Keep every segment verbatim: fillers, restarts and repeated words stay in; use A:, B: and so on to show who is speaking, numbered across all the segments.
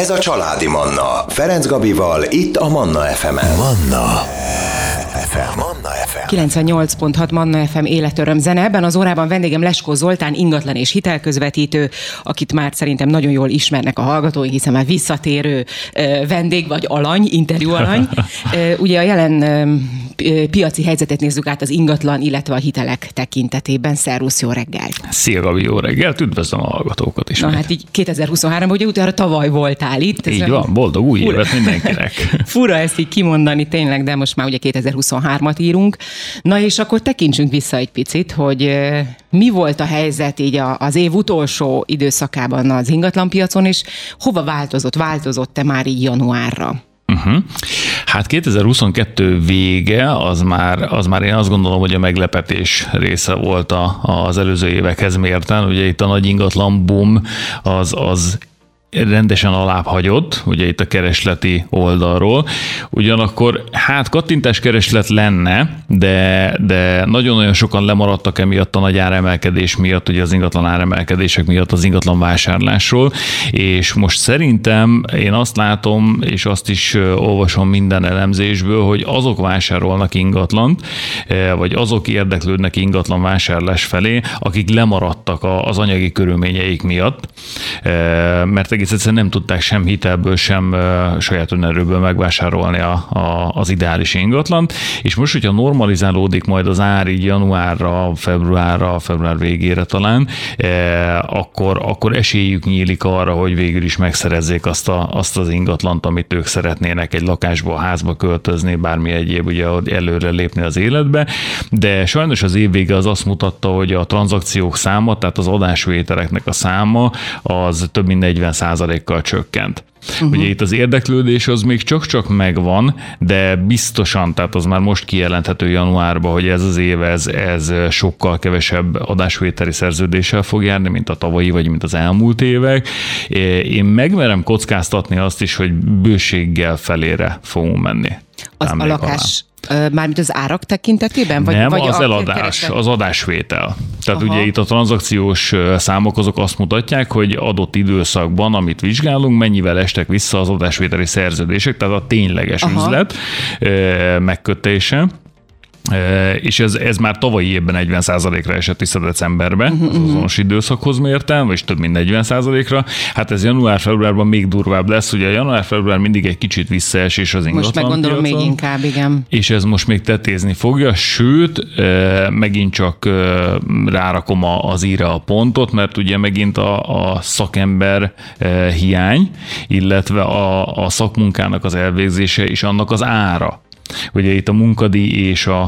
A: Ez a Családi Manna. Ferenc Gabival, itt a Manna ef emen. Manna ef em. Manna ef em.
B: kilencvennyolc pont hat Manna ef em életöröm zene. Ebben az órában vendégem Leskó Zoltán, ingatlan és hitelközvetítő, akit már szerintem nagyon jól ismernek a hallgatói, hiszen már visszatérő vendég vagy alany, interjú alany. Ugye a jelen piaci helyzetet nézzük át az ingatlan, illetve a hitelek tekintetében. Szervusz, jó reggel!
C: Szia Gabi, jó reggelt! Üdvözlöm a hallgatókat is.
B: Na hát így kétezer-huszonháromban, ugye utána tavaly voltál itt.
C: Így van, boldog új fura. évet mindenkinek.
B: Fura ezt így kimondani tényleg, de most már ugye kétezer-huszonhármat írunk. Na és akkor tekintsünk vissza egy picit, hogy mi volt a helyzet így az év utolsó időszakában az ingatlanpiacon, és hova változott? Változott-e már így januárra?
C: Uh-huh. Hát kétezer-huszonkettő vége, az már, az már én azt gondolom, hogy a meglepetés része volt a, az előző évekhez mérten. Ugye itt a nagy ingatlan boom az, az rendesen alább hagyott, ugye itt a keresleti oldalról. Ugyanakkor hát kattintás kereslet lenne, de, de nagyon-nagyon sokan lemaradtak emiatt a nagy áremelkedés miatt, ugye az ingatlan áremelkedések miatt az ingatlan vásárlásról, és most szerintem én azt látom, és azt is olvasom minden elemzésből, hogy azok vásárolnak ingatlant, vagy azok érdeklődnek ingatlan vásárlás felé, akik lemaradtak az anyagi körülményeik miatt, mert egész egyszerűen nem tudták sem hitelből, sem uh, saját önerőből megvásárolni a, a, az ideális ingatlant, és most, hogyha normalizálódik majd az ár így januárra, februárra, február végére talán, eh, akkor, akkor esélyük nyílik arra, hogy végül is megszerezzék azt, a, azt az ingatlant, amit ők szeretnének, egy lakásba, házba költözni, bármi egyéb, ugye előre lépni az életbe, de sajnos az évvége az azt mutatta, hogy a tranzakciók száma, tehát az adásvételeknek a száma, az több mint negyven százalékkal csökkent. Uh-huh. Ugye itt az érdeklődés az még csak-csak megvan, de biztosan, tehát az már most kijelenthető januárban, hogy ez az év, ez, ez sokkal kevesebb adásvételi szerződéssel fog járni, mint a tavalyi, vagy mint az elmúlt évek. Én megmerem kockáztatni azt is, hogy bőséggel felére fogunk menni.
B: Az a lakás... Mármint az árak tekintetében? Vagy,
C: nem,
B: vagy
C: az
B: a
C: eladás,
B: kereslet?
C: az adásvétel. Tehát
B: Aha.
C: ugye itt a tranzakciós számok azok azt mutatják, hogy adott időszakban, amit vizsgálunk, mennyivel estek vissza az adásvételi szerződések, tehát a tényleges Aha. üzlet megkötése. És ez, ez már tavalyi évben negyven százalékra esett vissza decemberben, uh-huh, az azonos időszakhoz mértem, vagy több mint negyven százalékra. Hát ez január-februárban még durvább lesz, ugye a január-február mindig egy kicsit visszaesés az ingatlan
B: Most meg gondolom még inkább, igen.
C: És ez most még tetézni fogja, sőt, megint csak rárakom az íre a pontot, mert ugye megint a, a szakember hiány, illetve a, a szakmunkának az elvégzése és annak az ára. Ugye itt a munkadíj és a,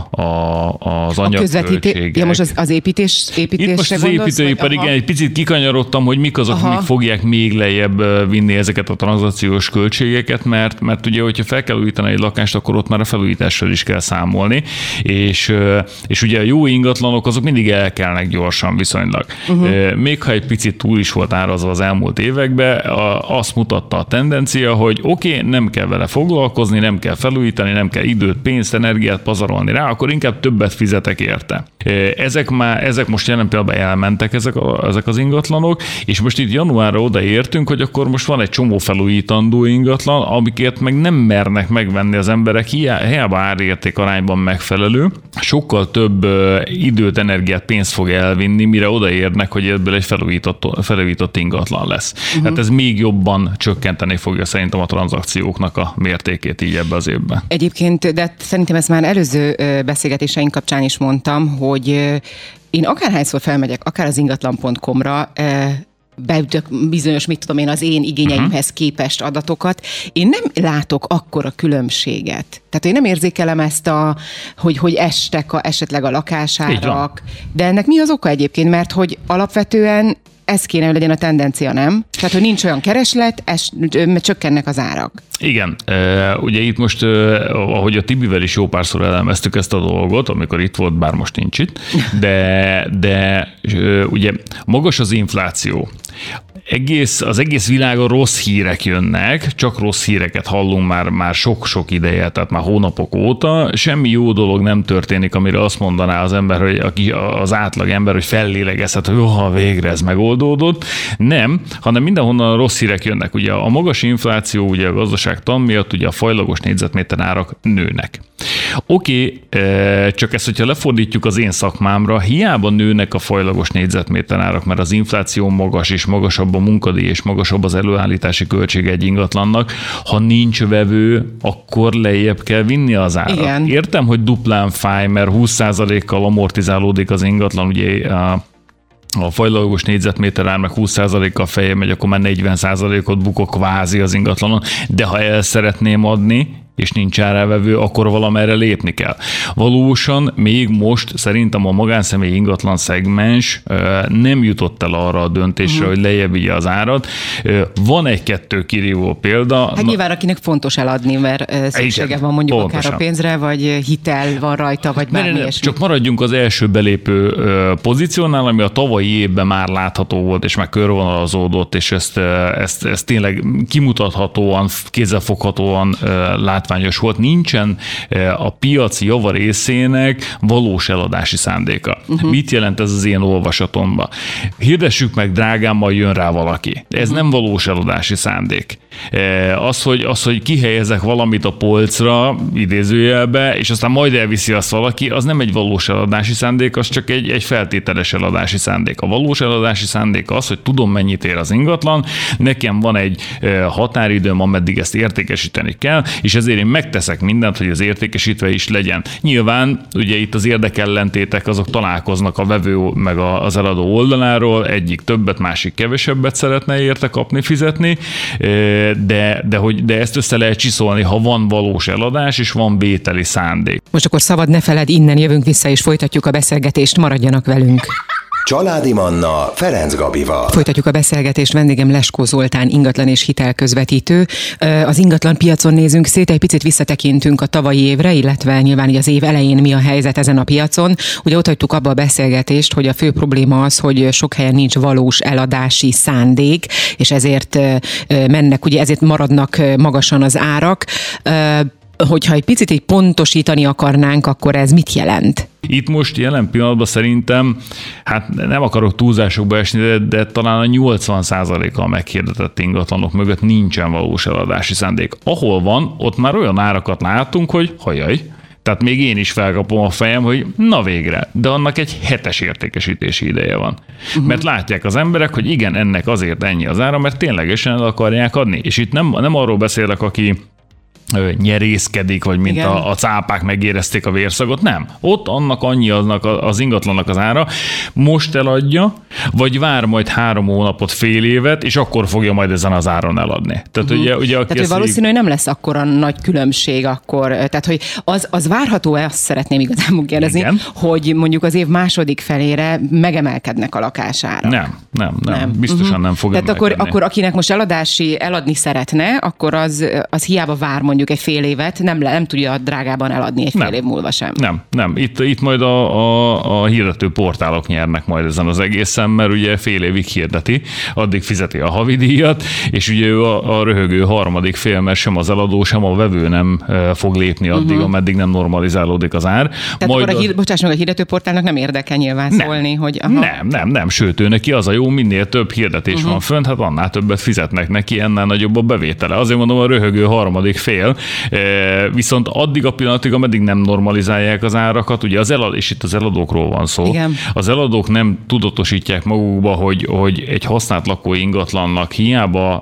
C: a, az anyagköltségek.
B: Ja, most az, az építés, építésre
C: itt most az építőipar, igen, egy picit kikanyarodtam, hogy mik azok, amik fogják még lejjebb vinni ezeket a tranzakciós költségeket, mert, mert ugye, hogyha fel kell újítani egy lakást, akkor ott már a felújítással is kell számolni, és, és ugye a jó ingatlanok azok mindig elkelnek gyorsan viszonylag. Uh-huh. Még ha egy picit túl is volt árazva az elmúlt években, azt mutatta a tendencia, hogy oké, okay, nem kell vele foglalkozni, nem kell felújítani, nem kell időt, pénzt, energiát pazarolni rá, akkor inkább többet fizetek érte. Ezek már, ezek most jelen pillanatban elmentek, ezek, a, ezek az ingatlanok, és most itt januárra odaértünk, hogy akkor most van egy csomó felújítandó ingatlan, amiket meg nem mernek megvenni az emberek, hiába árérték arányban megfelelő. Sokkal több időt, energiát, pénzt fog elvinni, mire odaérnek, hogy ebből egy felújított, felújított ingatlan lesz. Uh-huh. Hát ez még jobban csökkenteni fogja szerintem a tranzakcióknak a mértékét így ebbe az évben.
B: Egyébként, de szerintem ezt már előző beszélgetéseink kapcsán is mondtam, hogy én akárhányszor felmegyek, akár az ingatlan pont com-ra, beütök bizonyos, mit tudom én, az én igényeimhez képest adatokat, én nem látok akkora különbséget. Tehát én nem érzékelem ezt a, hogy, hogy estek a, esetleg a lakásárak, de ennek mi az oka egyébként? Mert hogy alapvetően ez kéne, hogy legyen a tendencia, nem? Tehát, hogy nincs olyan kereslet, es, csökkennek az árak.
C: Igen, ugye itt most, ahogy a Tibivel is jó párszor elemeztük ezt a dolgot, amikor itt volt, bár most nincs itt, de, de ugye magas az infláció. egész, az egész világon rossz hírek jönnek, csak rossz híreket hallunk már, már sok-sok ideje, tehát már hónapok óta. Semmi jó dolog nem történik, amire azt mondaná az ember, hogy aki, az átlag ember, hogy fellélegezhet, hogy ha végre ez megoldódott. Nem, hanem mindenhonnan rossz hírek jönnek. Ugye a magas infláció, ugye a gazdaságtan miatt ugye a fajlagos négyzetméter árak nőnek. Oké, okay, csak ezt, hogyha lefordítjuk az én szakmámra, hiába nőnek a fajlagos négyzetméter árak, mert az infláció magas, és magasabb a munkadíj, és magasabb az előállítási költség egy ingatlannak. Ha nincs vevő, akkor lejjebb kell vinni az árat.
B: Igen.
C: Értem, hogy duplán fáj, mert húsz százalékkal amortizálódik az ingatlan, ugye a a fajlagos négyzetméter ár meg húsz százalékkal feljebb megy, akkor már negyven százalékot bukok kvázi az ingatlanon, de ha el szeretném adni, és nincs rávevő, akkor valamerre lépni kell. Valósan még most szerintem a magánszemély ingatlan szegmens nem jutott el arra a döntésre, uh-huh. hogy lejjebb vigye az árat. Van egy-kettő kirívó példa.
B: Hát nyilván akinek fontos eladni, mert szüksége van mondjuk pontosan. Akár a pénzre, vagy hitel van rajta, vagy bármi
C: ne, ne,
B: ilyesmi.
C: Csak maradjunk az első belépő pozíciónál, ami a tavalyi évben már látható volt, és már körvonalazódott, és ezt, ezt, ezt tényleg kimutathatóan, kézzelfoghatóan lát látványos volt, nincsen a piac java részének valós eladási szándéka. Uh-huh. Mit jelent ez az én olvasatomban? Hirdessük meg, drágámmal jön rá valaki. Ez uh-huh. nem valós eladási szándék. Az hogy, az, hogy kihelyezek valamit a polcra, idézőjelbe, és aztán majd elviszi azt valaki, az nem egy valós eladási szándék, az csak egy, egy feltételes eladási szándék. A valós eladási szándék az, hogy tudom, mennyit ér az ingatlan, nekem van egy határidőm, ameddig ezt értékesíteni kell, és ezért én megteszek mindent, hogy az értékesítve is legyen. Nyilván ugye itt az érdekellentétek azok találkoznak a vevő meg az eladó oldaláról, egyik többet, másik kevesebbet szeretne érte kapni, fizetni, de, de, hogy, de ezt össze lehet csiszolni, ha van valós eladás és van vételi szándék.
B: Most akkor szabad ne feled, innen jövünk vissza és folytatjuk a beszélgetést, maradjanak velünk.
A: Családi Manna Ferenc Gabival.
B: Folytatjuk a beszélgetést, vendégem Leskó Zoltán, ingatlan és hitelközvetítő. Az ingatlan piacon nézünk szét, egy picit visszatekintünk a tavalyi évre, illetve nyilván az év elején mi a helyzet ezen a piacon. Ugye ott hagytuk abba a beszélgetést, hogy a fő probléma az, hogy sok helyen nincs valós eladási szándék, és ezért mennek, ugye ezért maradnak magasan az árak. Hogyha egy picit így pontosítani akarnánk, akkor ez mit jelent?
C: Itt most jelen pillanatban szerintem, hát nem akarok túlzásokba esni, de, de talán a nyolcvan százaléka a meghirdetett ingatlanok mögött nincsen valós eladási szándék. Ahol van, ott már olyan árakat látunk, hogy hajaj, tehát még én is felkapom a fejem, hogy na végre, de annak egy hetes értékesítési ideje van. Uh-huh. Mert látják az emberek, hogy igen, ennek azért ennyi az ára, mert ténylegesen el akarják adni. És itt nem, nem arról beszélek, aki nyerészkedik, vagy mint a, a cápák megérezték a vérszagot. Nem. Ott annak annyi aznak az ingatlannak az ára, most eladja, vagy vár majd három hónapot, fél évet, és akkor fogja majd ezen az áron eladni. Tehát, uh-huh. ugye, ugye,
B: tehát hogy valószínű, hogy nem lesz akkora nagy különbség akkor. Tehát, hogy az, az várható-e, azt szeretném igazából kérdezni, igen. hogy mondjuk az év második felére megemelkednek a lakásárak.
C: Nem, nem, nem. nem. Biztosan uh-huh. nem fog
B: Tehát akkor, akkor akinek most eladási, eladni szeretne, akkor az, az hiába vár mondjuk egy fél évet, nem, nem tudja drágában eladni egy fél nem. év múlva sem.
C: Nem, nem. Itt, itt majd a, a, a hirdető portálok nyernek majd ezen az egészen, mert ugye fél évig hirdeti, addig fizeti a havidíjat, és ugye ő a, a röhögő harmadik fél, mert sem az eladó, sem a vevő nem fog lépni addig, uh-huh. ameddig nem normalizálódik az ár.
B: Tehát majd akkor a, hír, bocsáss meg, a hirdető portálnak nem érdekel nyilván nem. szólni, hogy... Aha.
C: Nem, nem, nem, sőt, ő neki az a jó, minél több hirdetés uh-huh. van fönt, hát annál többet fizetnek neki, ennél nagyobb a bevétele. Azért mondom, a röhögő harmadik fél, viszont addig a pillanatig, ameddig nem normalizálják az árakat, ugye az eladó, és itt az eladókról van szó, igen. az eladók nem tudatosítják magukba, hogy, hogy egy használt lakó ingatlannak hiába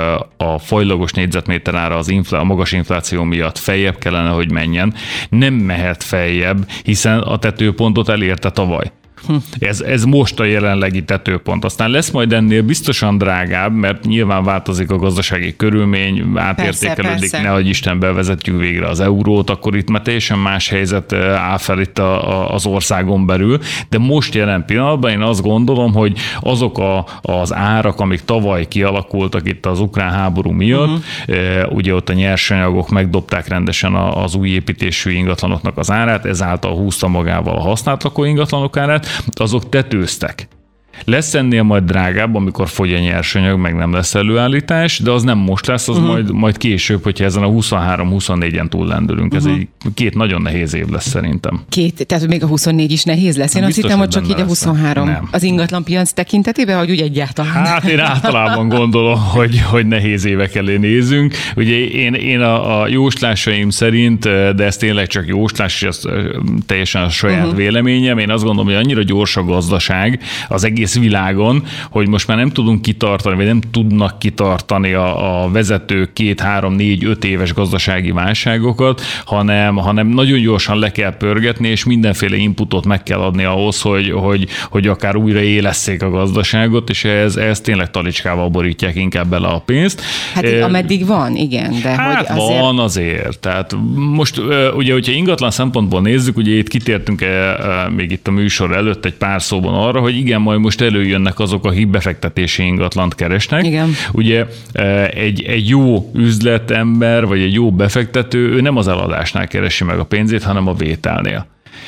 C: a fajlagos négyzetméter ára az infla, a magas infláció miatt feljebb kellene, hogy menjen, nem mehet feljebb, hiszen a tetőpontot elérte tavaly. Hm. Ez, ez most a jelenlegi tetőpont. Aztán lesz majd ennél biztosan drágább, mert nyilván változik a gazdasági körülmény, átértékelődik, nehogy Isten bevezetjük végre az eurót, akkor itt már teljesen más helyzet áll fel itt a, a, az országon belül, de most jelen pillanatban én azt gondolom, hogy azok a, az árak, amik tavaly kialakultak itt az ukrán háború miatt, uh-huh. ugye ott a nyersanyagok megdobták rendesen az új építésű ingatlanoknak az árát, ezáltal húzta magával a használt lakó ingatlanok árát, azok tetőztek. Lesz ennél majd drágább, amikor fogy a nyersanyag, meg nem lesz előállítás, de az nem most lesz, az uh-huh. majd, majd később, hogyha ezen a huszonhárom huszonnégyen túl lendülünk. Uh-huh. Ez egy két nagyon nehéz év lesz szerintem.
B: Két, tehát még a huszonnégy is nehéz lesz. Én biztos, azt hittem, hogy csak így a huszonhárom. Nem. Az ingatlanpiac tekintetében, hogy úgy egyáltalán.
C: Hát én általában gondolom, hogy, hogy nehéz évek elé nézünk. Ugye én, én a, a jóslásaim szerint, de ez tényleg csak jóslás, és ez teljesen a saját uh-huh. véleményem, én azt gondolom, hogy annyira gyors a gazdaság az egész világon, hogy most már nem tudunk kitartani, vagy nem tudnak kitartani a, a vezetők két, három, négy, öt éves gazdasági válságokat, hanem, hanem nagyon gyorsan le kell pörgetni, és mindenféle inputot meg kell adni ahhoz, hogy, hogy, hogy akár újra élesszék a gazdaságot, és ez, ez tényleg talicskával borítják inkább bele a pénzt.
B: Hát így, ameddig van, igen. De
C: hát
B: hogy azért...
C: van azért. Tehát most ugye, hogyha ingatlan szempontból nézzük, ugye itt kitértünk még itt a műsor előtt egy pár szóban arra, hogy igen, majd most előjönnek azok, akik befektetési ingatlant keresnek. Igen. Ugye egy, egy jó üzletember, vagy egy jó befektető, ő nem az eladásnál keresi meg a pénzét, hanem a vételnél.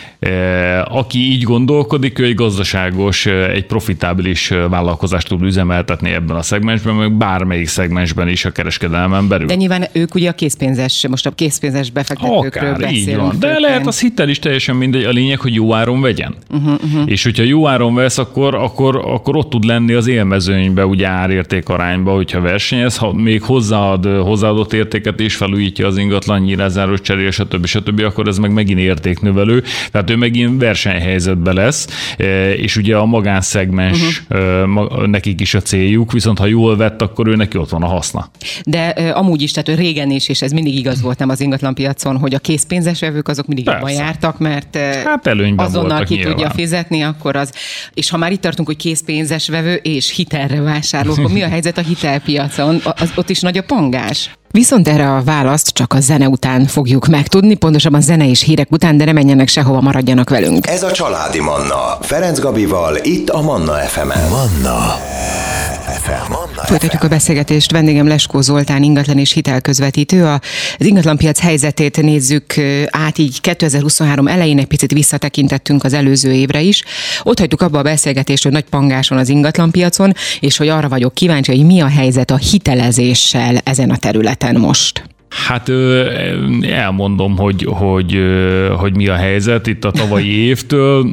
C: Aki így gondolkodik, ő egy gazdaságos, egy profitábilis vállalkozást tud üzemeltetni ebben a szegmensben, meg bármelyik szegmensben is a kereskedelmen belül.
B: De nyilván ők ugye a készpénzes, most a készpénzes befektetőkről
C: Akár,
B: beszélünk.
C: Így van. De főként. Lehet az hitel is teljesen mindegy, a lényeg, hogy jó áron vegyen. Uh-huh, uh-huh. És hogyha jó áron vesz, akkor, akkor, akkor ott tud lenni az élmezőnybe, ugye árérték arányba, hogyha versenyez, ha még hozzáad, hozzáadott értéket és felújítja az ingatlan, nyílászáros cserél, stb. stb., akkor ez meg megint értéknövelő. Tehát ő megint versenyhelyzetben lesz, és ugye a magánszegmens uh-huh. nekik is a céljuk, viszont ha jól vett, akkor ő neki ott van a haszna.
B: De amúgy is, tehát régen is, és ez mindig igaz volt nem az ingatlanpiacon, hogy a készpénzes vevők azok mindig Persze. jobban jártak, mert
C: hát azonnal
B: ki
C: nyilván.
B: tudja fizetni, akkor az. És ha már itt tartunk, hogy készpénzes vevő és hitelre vásárló, akkor mi a helyzet a hitelpiacon? Az, ott is nagy a pangás. Viszont erre a választ csak a zene után fogjuk megtudni, pontosabban zene és hírek után, de ne menjenek sehova, maradjanak velünk.
A: Ez a Családi Manna, Ferenc Gabival, itt a Manna ef emen. Manna ef em. Manna
B: Folytatjuk a beszélgetést. Vendégem Leskó Zoltán, ingatlan és hitelközvetítő. Az ingatlanpiac helyzetét nézzük át így kétezer-huszonhárom elején, egy picit visszatekintettünk az előző évre is. Ott hagytuk abba a beszélgetést, hogy nagy pangáson az ingatlanpiacon, és hogy arra vagyok kíváncsi, hogy mi a helyzet a hitelezéssel ezen a területen most.
C: Hát elmondom, hogy, hogy, hogy mi a helyzet itt a tavalyi évtől.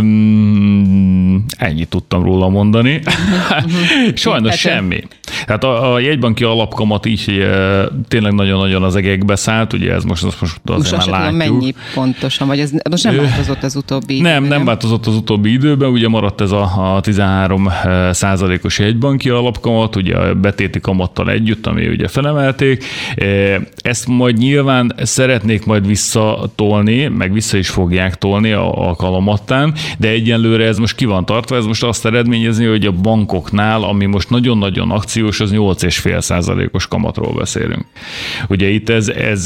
C: Ennyit tudtam róla mondani. Sajnos semmi. Hát a, a jegybanki alapkamat így tényleg nagyon-nagyon az egekbe szállt, ugye ez most, most azért
B: most
C: már látjuk.
B: Mennyi pontosan, vagy ez most nem változott az utóbbi időben?
C: Nem, nem változott az utóbbi időben, ugye maradt ez a, a tizenhárom százalékos jegybanki alapkamat, ugye a betéti kamattal együtt, ami ugye felemelték. Ezt majd nyilván szeretnék majd visszatolni, meg vissza is fogják tolni a, a kalamattán, de egyenlőre ez most ki van tartva, ez most azt eredményezni, hogy a bankoknál, ami most nagyon-nagyon akciós, az nyolc egész öt százalékos kamatról beszélünk. Ugye itt ez, ez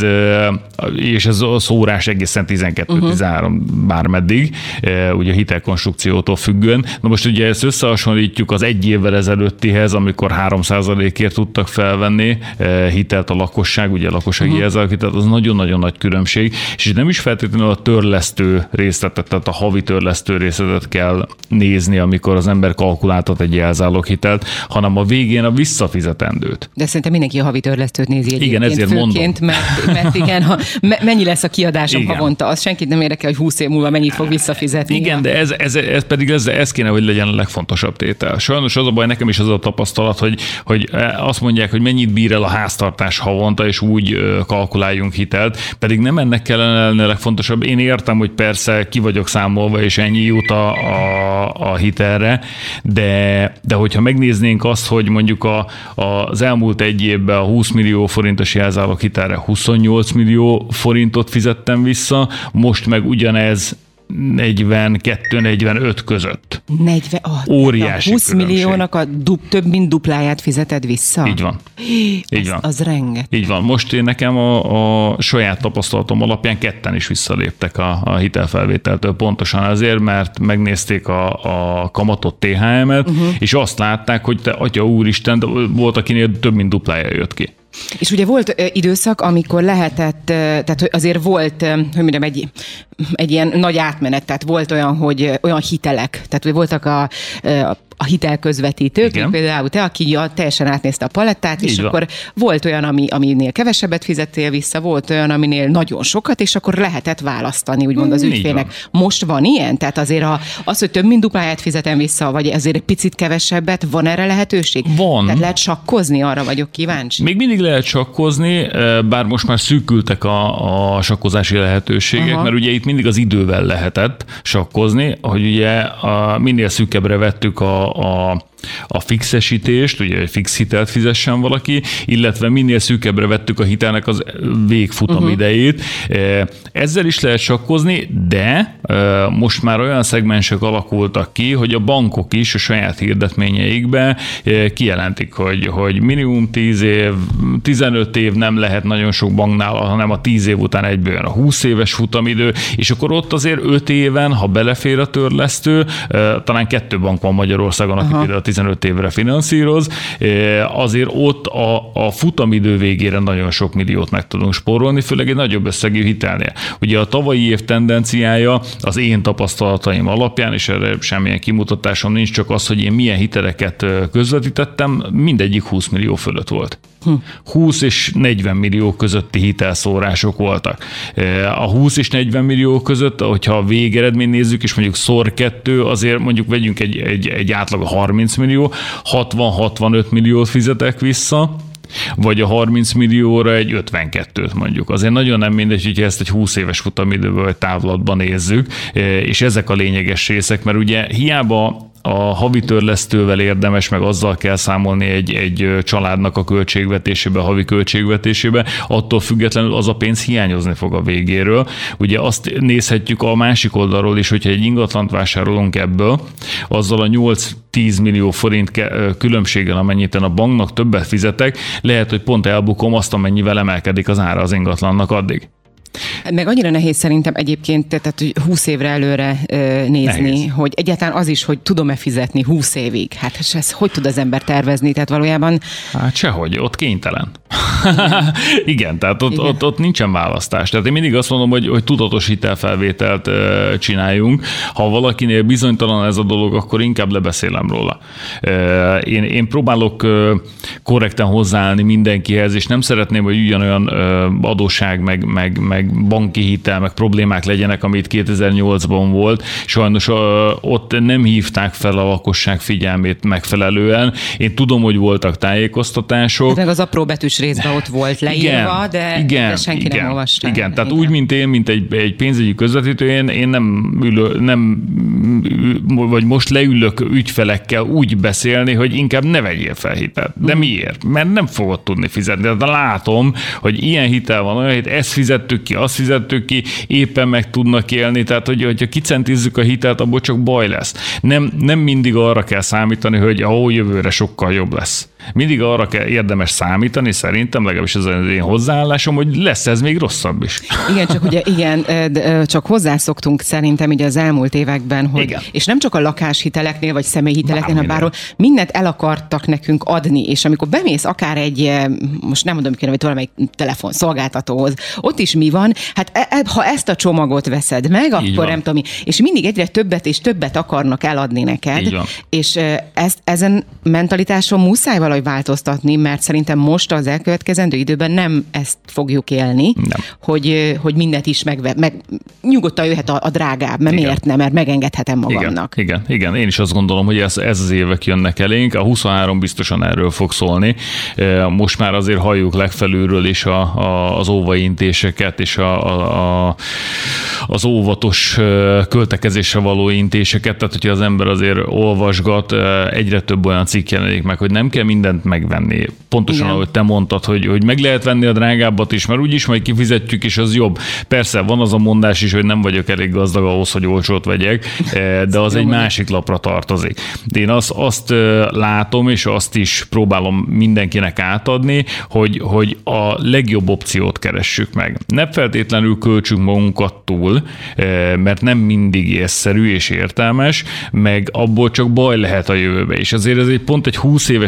C: és ez a szórás egészen tizenkettő tizenhárom uh-huh. bármeddig, ugye a hitelkonstrukciótól függően. Na most ugye ezt összehasonlítjuk az egy évvel ezelőttihez, amikor három százalékért tudtak felvenni hitelt a lakosság, ugye a lakossági uh-huh. jelzáloghitel, az nagyon-nagyon nagy különbség, és nem is feltétlenül a törlesztő részletet, tehát a havi törlesztő részletet kell nézni, amikor az ember kalkuláltat egy jelzáloghitelt, hanem a végén a visszafizetendőt.
B: De szerintem mindenki a havi törlesztőt nézi egyébként.
C: Igen, ezért
B: főként,
C: mondom.
B: Mert, mert igen, ha, mennyi lesz a kiadásom igen. havonta, az senkit nem érdekel, hogy húsz év múlva mennyit fog visszafizetni.
C: Igen, de ez, ez, ez pedig ez, ez kéne, hogy legyen a legfontosabb tétel. Sajnos az a baj, nekem is az a tapasztalat, hogy, hogy azt mondják, hogy mennyit bír el a háztartás havonta, és úgy kalkuláljunk hitelt, pedig nem ennek kellene lenni a legfontosabb. Én értem, hogy persze ki vagyok számolva, és ennyi jut a, a, a hitelre, de, de hogyha megnéznénk azt, hogy mondjuk a, az elmúlt egy évben a húsz millió forintos jelzálog hitelre huszonnyolc millió forintot fizettem vissza, most meg ugyanez negyvenkettő negyvenöt között.
B: negyven, oh,
C: óriási
B: húsz milliónak a dub, több mint dupláját fizeted vissza?
C: Így van. Így
B: az,
C: van.
B: Az rengeteg.
C: Így van. Most én nekem a, a saját tapasztalatom alapján ketten is visszaléptek a, a hitelfelvételtől pontosan azért, mert megnézték a, a kamatot té há em-et, uh-huh. és azt látták, hogy te, atya úristen, volt, akinél több mint duplája jött ki.
B: És ugye volt ö, időszak, amikor lehetett, ö, tehát hogy azért volt, ö, hogy mondjam, egy, egy ilyen nagy átmenet, tehát volt olyan, hogy ö, olyan hitelek, tehát hogy voltak a, ö, a hitelközvetítők, például te, aki teljesen átnézte a palettát, és Így akkor van. Volt olyan, ami, aminél kevesebbet fizettél vissza, volt olyan, aminél nagyon sokat, és akkor lehetett választani, úgymond az ügyfélnek. Most van ilyen? Tehát azért a, az, hogy több mint dupláját fizetem vissza, vagy azért egy picit kevesebbet, van erre lehetőség?
C: Van.
B: Tehát lehet sakkozni, arra vagyok kíváncsi.
C: Még mindig lehet sakkozni, bár most már szűkültek a, a sakkozási lehetőségek, Aha. mert ugye itt mindig az idővel lehetett sakkozni, hogy ugye a, minél szűkebbre vettük a, a a fixesítést, ugye egy fix hitelt fizessen valaki, illetve minél szűkebbre vettük a hitelnek az végfutam uh-huh. idejét. Ezzel is lehet sakkozni, de most már olyan szegmensek alakultak ki, hogy a bankok is a saját hirdetményeikben kijelentik, hogy, hogy minimum tíz év, tizenöt év nem lehet nagyon sok banknál, hanem a tíz év után egyből a húsz éves futamidő, és akkor ott azért öt éven, ha belefér a törlesztő, talán kettő bank van Magyarországon, aki például tizenöt évre finanszíroz, azért ott a, a futamidő végére nagyon sok milliót meg tudunk spórolni, főleg egy nagyobb összegű hitelnél. Ugye a tavalyi év tendenciája az én tapasztalataim alapján, és erre semmilyen kimutatásom nincs, csak az, hogy én milyen hiteleket közvetítettem, mindegyik húsz millió fölött volt. húsz és negyven millió közötti hitelszórások voltak. A húsz és negyven millió között, hogyha a végeredményt nézzük, és mondjuk szor kettő, azért mondjuk vegyünk egy, egy, egy átlag harminc millió, hatvan-hatvanöt milliót fizetek vissza, vagy a harminc millióra egy ötvenkettőt mondjuk. Azért nagyon nem mindegy, hogyha ezt egy húsz éves futamidőből vagy távlatban nézzük, és ezek a lényeges részek, mert ugye hiába a havi törlesztővel érdemes, meg azzal kell számolni egy, egy családnak a költségvetésébe, a havi költségvetésébe, attól függetlenül az a pénz hiányozni fog a végéről. Ugye azt nézhetjük a másik oldalról is, hogyha egy ingatlant vásárolunk ebből, azzal a nyolc-tíz millió forint különbséggel, amennyit én a banknak többet fizetek, lehet, hogy pont elbukom azt, amennyivel emelkedik az ára az ingatlannak addig.
B: Meg annyira nehéz szerintem egyébként, tehát hogy húsz évre előre ö, nézni, nehéz. Hogy egyáltalán az is, hogy tudom-e fizetni húsz évig. Hát ez hogy tud az ember tervezni? Tehát valójában...
C: Hát sehogy, ott kénytelen. Igen, tehát ott, Igen. Ott, ott nincsen választás. Tehát én mindig azt mondom, hogy, hogy tudatos hitelfelvételt ö, csináljunk. Ha valakinél bizonytalan ez a dolog, akkor inkább lebeszélem róla. Ö, én, én próbálok ö, korrekten hozzáállni mindenkihez, és nem szeretném, hogy ugyanolyan ö, adósság, meg, meg, meg banki hitel, meg problémák legyenek, amit kétezer-nyolcban volt. Sajnos ö, ott nem hívták fel a lakosság figyelmét megfelelően. Én tudom, hogy voltak tájékoztatások. Hát
B: meg az apró betűs részben ott volt leírva,
C: igen,
B: de,
C: igen,
B: de senki
C: igen,
B: nem olvasta.
C: Igen, tehát igen. Úgy, mint én, mint egy, egy pénzügyi közvetítő, én, én nem, ülő, nem vagy most leülök ügyfelekkel úgy beszélni, hogy inkább ne vegyél fel hitelt. De hmm. miért? Mert nem fogod tudni fizetni. De látom, hogy ilyen hitel van, olyan hitel, ezt fizettük ki, azt fizettük ki, éppen meg tudnak élni, tehát hogy, hogyha kicentizzük a hitelt, abból csak baj lesz. Nem, nem mindig arra kell számítani, hogy a jövőre sokkal jobb lesz. Mindig arra kell érdemes számítani, szerintem, legalábbis ez az én hozzáállásom, hogy lesz ez még rosszabb is.
B: Igen, csak ugye igen, csak hozzászoktunk szerintem így az elmúlt években, hogy, igen. és nem csak a lakáshiteleknél, vagy személyhiteleknél, hanem bárhol mindent el akartak nekünk adni, és amikor bemész akár egy, most nem mondom, hogy valamelyik telefonszolgáltatóhoz, ott is mi van, hát e, ha ezt a csomagot veszed meg, akkor nem tudom, és mindig egyre többet és többet akarnak eladni neked, és ezt, ezen mentalitáson muszáj valahogy változtatni, mert szerintem most az elkövetkezendő időben nem ezt fogjuk élni, nem. Hogy, hogy mindent is megve, meg nyugodtan jöhet a, a drágább, mert igen. miért nem, mert megengedhetem magamnak.
C: Igen, igen, igen. Én is azt gondolom, hogy ez, ez az évek jönnek elénk, a huszonhárom biztosan erről fog szólni. Most már azért halljuk legfelülről is a, a, az óvaintéseket, és a, a, a, az óvatos költekezésre való intéseket, tehát hogyha az ember azért olvasgat, egyre több olyan cikk jelenik meg, hogy nem kell mindent megvenni. Pontosan, igen. ahogy te mondtad, hogy, hogy meg lehet venni a drágábbat is, mert úgyis majd kifizetjük, és az jobb. Persze van az a mondás is, hogy nem vagyok elég gazdag ahhoz, hogy olcsót vegyek, de az egy másik lapra tartozik. De én azt, azt látom, és azt is próbálom mindenkinek átadni, hogy, hogy a legjobb opciót keressük meg. Ne feltétlenül költsünk magunkat túl, mert nem mindig észszerű és értelmes, meg abból csak baj lehet a jövőbe. És azért ez egy pont egy húsz éves jelzálog,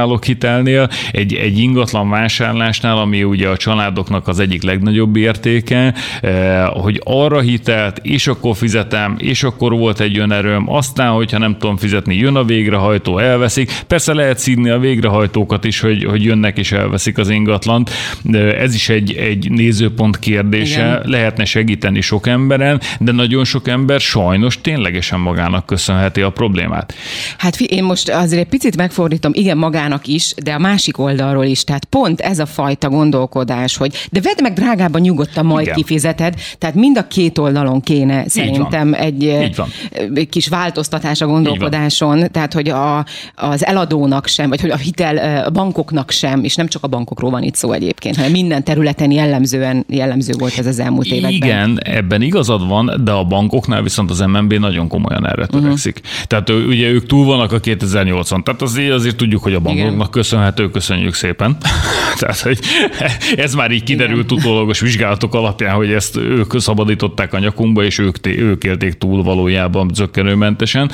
C: hipotékálok hitelnél, egy, egy ingatlan vásárlásnál, ami ugye a családoknak az egyik legnagyobb értéke, hogy arra hitelt, és akkor fizetem, és akkor volt egy önerőm, aztán, hogyha nem tudom fizetni, jön a végrehajtó, elveszik. Persze lehet szídni a végrehajtókat is, hogy, hogy jönnek és elveszik az ingatlant. Ez is egy, egy nézőpont kérdése. Igen. Lehetne segíteni sok emberen, de nagyon sok ember sajnos ténylegesen magának köszönheti a problémát.
B: Hát én most azért egy picit megfordítom, igen, magának is, de a másik oldalról is. Tehát pont ez a fajta gondolkodás, hogy de vedd meg drágában, nyugodtan majd igen. kifizeted. Tehát mind a két oldalon kéne szerintem egy, egy kis változtatás a gondolkodáson. Tehát, hogy a, az eladónak sem, vagy hogy a hitel a bankoknak sem, és nem csak a bankokról van itt szó egyébként, hanem minden területen jellemzően jellemző volt ez az elmúlt években.
C: Igen, ebben igazad van, de a bankoknál viszont az em en bé nagyon komolyan erre törekszik. Uh-huh. Tehát ugye ők túl vannak a kétezer-nyolcon, tehát azért, azért tudjuk, hogy a bankoknak igen. köszönhető, köszönjük szépen. Tehát, hogy ez már így kiderült igen. utólagos vizsgálatok alapján, hogy ezt ők szabadították a nyakunkba, és ők, ők élték túl valójában zökkenőmentesen.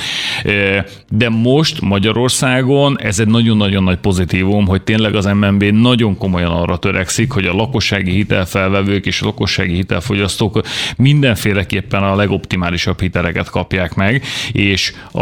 C: De most Magyarországon ez egy nagyon-nagyon nagy pozitívum, hogy tényleg az em en bé nagyon komolyan arra törekszik, hogy a lakossági hitelfelvevők és a lakossági hitelfogyasztók mindenféleképpen a legoptimálisabb hiteleket kapják meg, és a,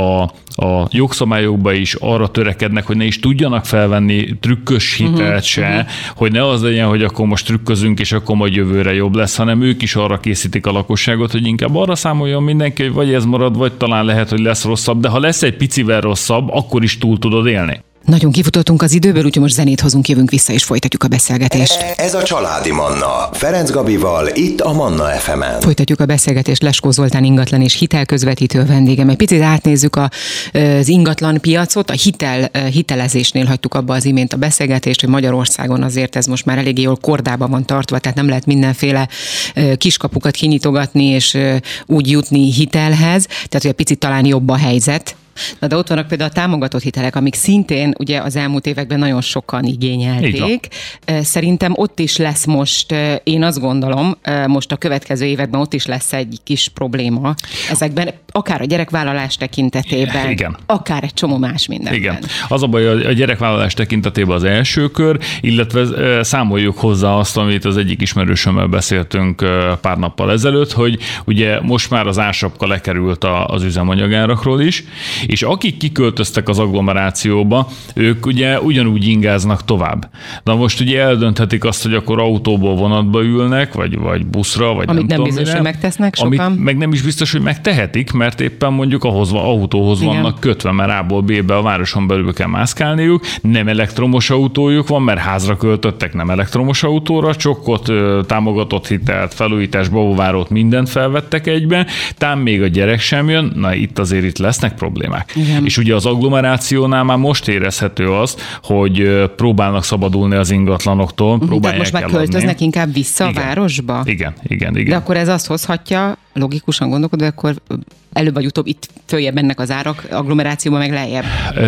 C: a jogszabályokban is arra törekednek, hogy ne is tudjanak felvenni trükkös hitelt uh-huh, se, uh-huh. hogy ne az legyen, hogy akkor most trükközünk, és akkor majd jövőre jobb lesz, hanem ők is arra készítik a lakosságot, hogy inkább arra számoljon mindenki, hogy vagy ez marad, vagy talán lehet, hogy lesz rosszabb, de ha lesz egy picivel rosszabb, akkor is túl tudod élni.
B: Nagyon kifutottunk az időből, úgyhogy most zenét hozunk, jövünk vissza, és folytatjuk a beszélgetést.
A: Ez a Családi Manna. Ferenc Gabival, itt a Manna ef emen.
B: Folytatjuk a beszélgetést, Leskó Zoltán ingatlan és hitelközvetítő a vendégem. Egy picit átnézzük a, az ingatlan piacot, a hitel, hitelezésnél hagytuk abba az imént a beszélgetést, hogy Magyarországon azért ez most már eléggé jól kordában van tartva, tehát nem lehet mindenféle kiskapukat kinyitogatni, és úgy jutni hitelhez, tehát hogy egy picit talán jobb a helyzet. Na de ott vannak például a támogatott hitelek, amik szintén ugye az elmúlt években nagyon sokan igényelték. Szerintem ott is lesz most, én azt gondolom, most a következő években ott is lesz egy kis probléma ezekben, akár a gyerekvállalás tekintetében, igen. akár egy csomó más mindenben.
C: Igen. Az a baj, a gyerekvállalás tekintetében az első kör, illetve számoljuk hozzá azt, amit az egyik ismerősömmel beszéltünk pár nappal ezelőtt, hogy ugye most már az ársapka lekerült az üzemanyagárakról is, és akik kiköltöztek az agglomerációba, ők ugye ugyanúgy ingáznak tovább. Na most ugye eldönthetik azt, hogy akkor autóból vonatba ülnek, vagy, vagy buszra, vagy
B: amit
C: nem,
B: nem
C: tudom,
B: biztos, hogy megtesznek sokan.
C: Amit meg nem is biztos, hogy megtehetik, mert éppen mondjuk ahhoz autóhoz igen. vannak kötve, mert A-ból B-be a városon belül kell mászkálniuk, nem elektromos autójuk van, mert házra költöttek, nem elektromos autóra, csokkot, támogatott hitelt, felújítás, babovárót, mindent felvettek egybe, tám még a gyerek sem jön, na itt azért itt lesznek problémák. Igen. És ugye az agglomerációnál már most érezhető az, hogy próbálnak szabadulni az ingatlanoktól, uh-huh, próbálják
B: most már költöznek inkább vissza igen. a városba?
C: Igen, igen, igen.
B: De akkor ez azt hozhatja, logikusan gondolkodva, akkor előbb vagy utóbb itt följebb mennek az árak, agglomerációban meg lejjebb.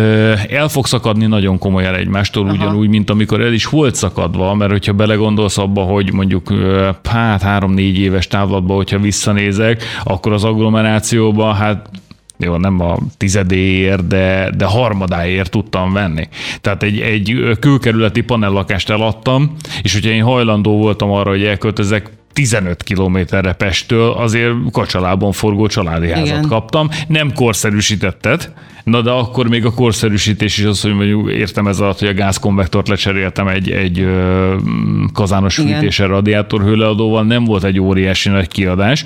C: El fog szakadni nagyon komolyan egymástól, aha. ugyanúgy, mint amikor el is volt szakadva, mert hogyha belegondolsz abba, hogy mondjuk hát három-négy éves távlatban, hogyha visszanézek, akkor az agglomerációban hát jó, nem a tizedéért, de, de harmadáért tudtam venni. Tehát egy, egy külkerületi panellakást eladtam, és hogyha én hajlandó voltam arra, hogy elköltözek tizenöt kilométerre Pesttől, azért kacsalában forgó családi házat igen. kaptam. Nem korszerűsítetted, na de akkor még a korszerűsítés is az, hogy mondjuk értem ez alatt, hogy a gázkonvektort lecseréltem egy, egy ö, kazános fűtésre radiátorhőleadóval, nem volt egy óriási nagy kiadás.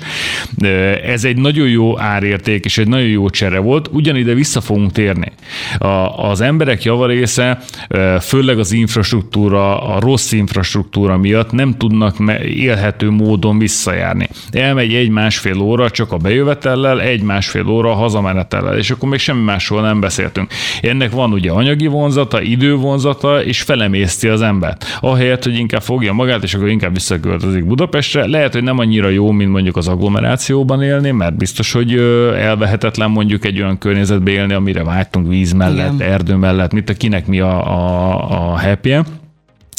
C: Ez egy nagyon jó árérték és egy nagyon jó csere volt, ugyanide vissza fogunk térni. A, az emberek javarésze, főleg az infrastruktúra, a rossz infrastruktúra miatt nem tudnak élhető módon visszajárni. Elmegy egy-másfél óra csak a bejövetellel, egy-másfél óra a hazamenetellel, és akkor még semmi másról nem beszéltünk. Ennek van ugye anyagi vonzata, idővonzata, és felemészti az embert. Ahelyett, hogy inkább fogja magát, és akkor inkább visszaköltözik Budapestre, lehet, hogy nem annyira jó, mint mondjuk az agglomerációban élni, mert biztos, hogy elvehetetlen mondjuk egy olyan környezetbe élni, amire vágytunk, víz mellett, igen. erdő mellett, mit, kinek mi a, a, a happy-je.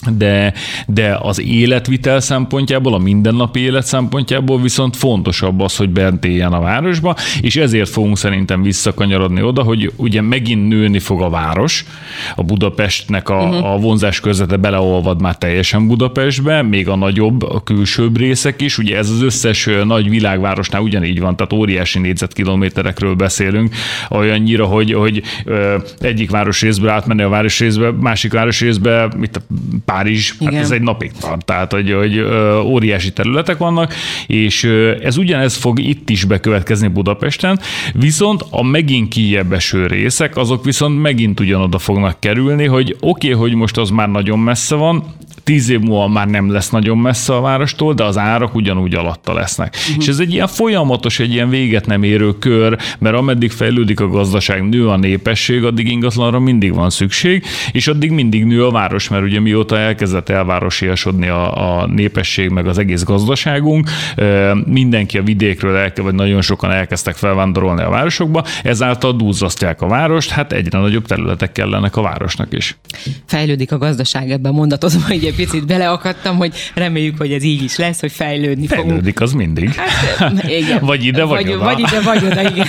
C: De, de az életvitel szempontjából, a mindennapi élet szempontjából viszont fontosabb az, hogy bent éljen a városba, és ezért fogunk szerintem visszakanyarodni oda, hogy ugye megint nőni fog a város, a Budapestnek a, uh-huh. a vonzás körzete beleolvad már teljesen Budapestbe, még a nagyobb, a külsőbb részek is, ugye ez az összes nagy világvárosnál ugyanígy van, tehát óriási négyzetkilométerekről beszélünk, olyannyira, hogy, hogy egyik városrészből átmenni a városrészbe, másik városrészbe, mit Párizs, hát ez egy napig tart, tehát hogy, hogy óriási területek vannak, és ez ugyanez fog itt is bekövetkezni Budapesten, viszont a megint kijjebb eső részek, azok viszont megint ugyanoda fognak kerülni, hogy oké, okay, hogy most az már nagyon messze van, tíz év múlva már nem lesz nagyon messze a várostól, de az árak ugyanúgy alatta lesznek. Uh-huh. És ez egy ilyen folyamatos, egy ilyen véget nem érő kör, mert ameddig fejlődik a gazdaság, nő a népesség, addig ingatlanra mindig van szükség, és addig mindig nő a város, mert ugye mióta elkezdett elvárosiasodni a, a népesség, meg az egész gazdaságunk, mindenki a vidékről, elke, vagy nagyon sokan elkezdtek felvándorolni a városokba, ezáltal duzzasztják a várost, hát egyre nagyobb területek kellenek a városnak is.
B: Fejlődik a gazdaság, ebben mondatozom, hogy egy picit beleakadtam, hogy reméljük, hogy ez így is lesz, hogy fejlődni fogunk.
C: Fejlődik az mindig. Hát, igen. Vagy ide, vagy, vagy oda.
B: Vagy ide, vagy oda, igen.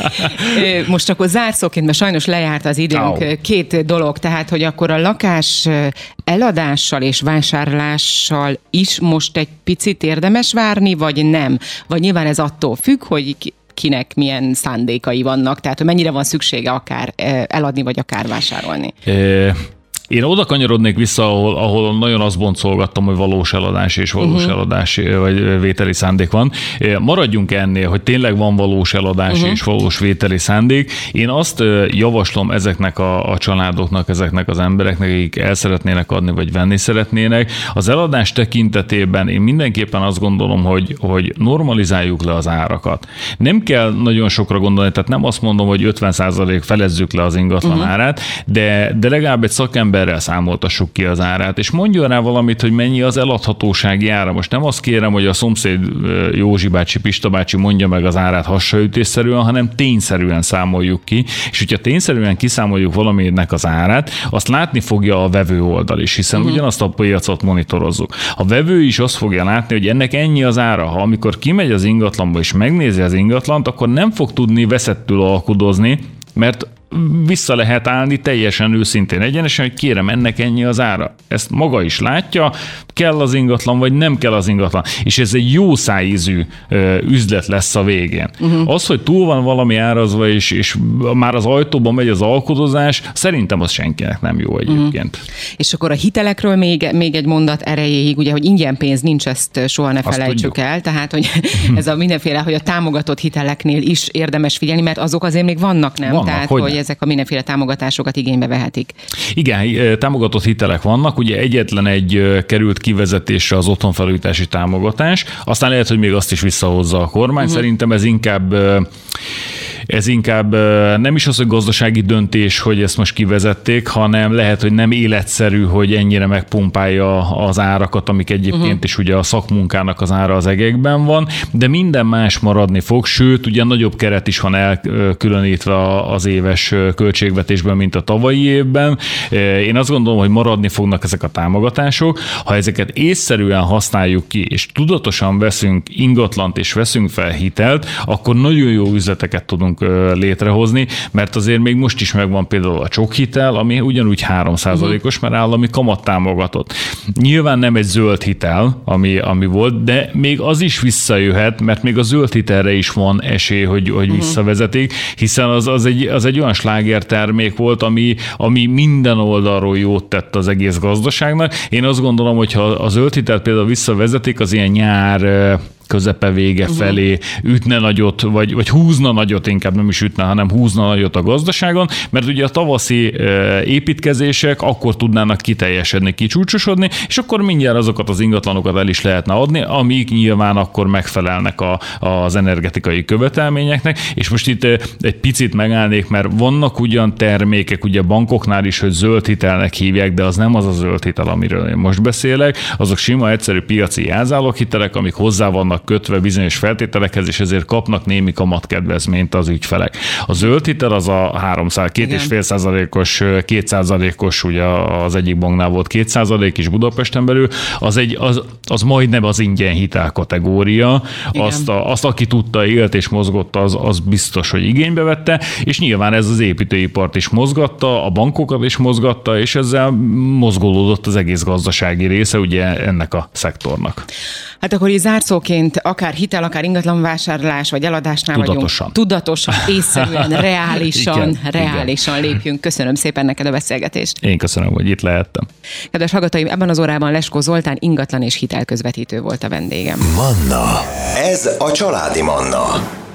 B: Most akkor zárszóként, mert sajnos lejárt az időnk, oh. két dolog, tehát, hogy akkor a lakás eladással és vásárlással is most egy picit érdemes várni, vagy nem? Vagy nyilván ez attól függ, hogy kinek milyen szándékai vannak, tehát hogy mennyire van szüksége akár eladni, vagy akár vásárolni. E-
C: Én oda kanyarodnék vissza, ahol, ahol nagyon azt boncolgattam, hogy valós eladás és valós uh-huh. eladás vagy vételi szándék van. Maradjunk ennél, hogy tényleg van valós eladás uh-huh. és valós vételi szándék. Én azt javaslom ezeknek a, a családoknak, ezeknek az embereknek, akik el szeretnének adni, vagy venni szeretnének. Az eladás tekintetében én mindenképpen azt gondolom, hogy, hogy normalizáljuk le az árakat. Nem kell nagyon sokra gondolni, tehát nem azt mondom, hogy ötven százalék felezzük le az ingatlan uh-huh. árát, de, de legalább egy szakember erre számoltassuk ki az árát, és mondjon rá valamit, hogy mennyi az eladhatósági ára. Most nem azt kérem, hogy a szomszéd Józsi bácsi, Pista bácsi mondja meg az árát hasraütésszerűen, hanem tényszerűen számoljuk ki, és hogyha tényszerűen kiszámoljuk valaminek az árát, azt látni fogja a vevő oldal is, hiszen uh-huh. ugyanazt a piacot monitorozzuk. A vevő is azt fogja látni, hogy ennek ennyi az ára. Ha amikor kimegy az ingatlanba és megnézi az ingatlant, akkor nem fog tudni veszettül alkudozni, mert vissza lehet állni teljesen őszintén egyenesen, hogy kérem, ennek ennyi az ára. Ezt maga is látja, kell az ingatlan, vagy nem kell az ingatlan. És ez egy jó szájízű üzlet lesz a végén. Uh-huh. Az, hogy túl van valami árazva, és, és már az ajtóban megy az alkudozás, szerintem az senkinek nem jó egyébként. Uh-huh.
B: És akkor a hitelekről még, még egy mondat erejéig, ugye, hogy ingyen pénz nincs, ezt soha ne felejtsük el. Tehát, hogy ez a mindenféle, hogy a támogatott hiteleknél is érdemes figyelni, mert azok azért még vannak, nem?
C: Vannak,
B: Tehát,
C: hogy
B: hogy ezek a mindenféle támogatásokat igénybe vehetik.
C: Igen, támogatott hitelek vannak, ugye egyetlen egy került kivezetésre az otthonfelújítási támogatás, aztán lehet, hogy még azt is visszahozza a kormány. Uh-huh. Szerintem ez inkább Ez inkább nem is az, hogy gazdasági döntés, hogy ezt most kivezették, hanem lehet, hogy nem életszerű, hogy ennyire megpumpálja az árakat, amik egyébként uh-huh. is ugye a szakmunkának az ára az egekben van, de minden más maradni fog, sőt, ugye nagyobb keret is van elkülönítve az éves költségvetésben, mint a tavalyi évben. Én azt gondolom, hogy maradni fognak ezek a támogatások. Ha ezeket észszerűen használjuk ki, és tudatosan veszünk ingatlant és veszünk fel hitelt, akkor nagyon jó üzleteket tudunk létrehozni, mert azért még most is megvan például a csokhitel, ami ugyanúgy három százalékos, mert állami kamat támogatott. Nyilván nem egy zöld hitel, ami, ami volt, de még az is visszajöhet, mert még a zöld hitelre is van esély, hogy, hogy uh-huh. visszavezetik, hiszen az, az, egy, az egy olyan slágertermék volt, ami, ami minden oldalról jót tett az egész gazdaságnak. Én azt gondolom, hogy ha a zöld hitelt például visszavezetik, az ilyen nyár közepe vége uh-huh. felé ütne nagyot, vagy, vagy húzna nagyot, inkább nem is ütne, hanem húzna nagyot a gazdaságon, mert ugye a tavaszi építkezések akkor tudnának kiteljesedni, kicsúcsosodni, és akkor mindjárt azokat az ingatlanokat el is lehetne adni, amik nyilván akkor megfelelnek a, az energetikai követelményeknek, és most itt egy picit megállnék, mert vannak ugyan termékek, ugye bankoknál is, hogy zöld hitelnek hívják, de az nem az a zöld hitel, amiről én most beszélek, azok sima, egyszerű piaci jelzáloghitelek, amik hozzá vannak vannak kötve bizonyos feltételekhez, és ezért kapnak némi kamatkedvezményt az ügyfelek. A zöld hitel az a háromszáz, két és fél százalékos, két százalékos, ugye az egyik banknál volt két százalék is Budapesten belül, az, egy, az, az majdnem az ingyen hitel kategória. Azt, a, azt, aki tudta, élt és mozgott, az, az biztos, hogy igénybe vette, és nyilván ez az építőipart is mozgatta, a bankokat is mozgatta, és ezzel mozgolódott az egész gazdasági része ugye ennek a szektornak.
B: Hát akkor így zárszóként akár hitel, akár ingatlanvásárlás, vagy eladásnál
C: tudatosan.
B: vagyunk. Tudatosan. Észszerűen, reálisan, igen, reálisan igen. lépjünk. Köszönöm szépen neked a beszélgetést.
C: Én köszönöm, hogy itt lehettem.
B: Kedves hallgatóim, ebben az órában Leskó Zoltán ingatlan és hitelközvetítő volt a vendégem.
A: Manna. Ez a Családi Manna.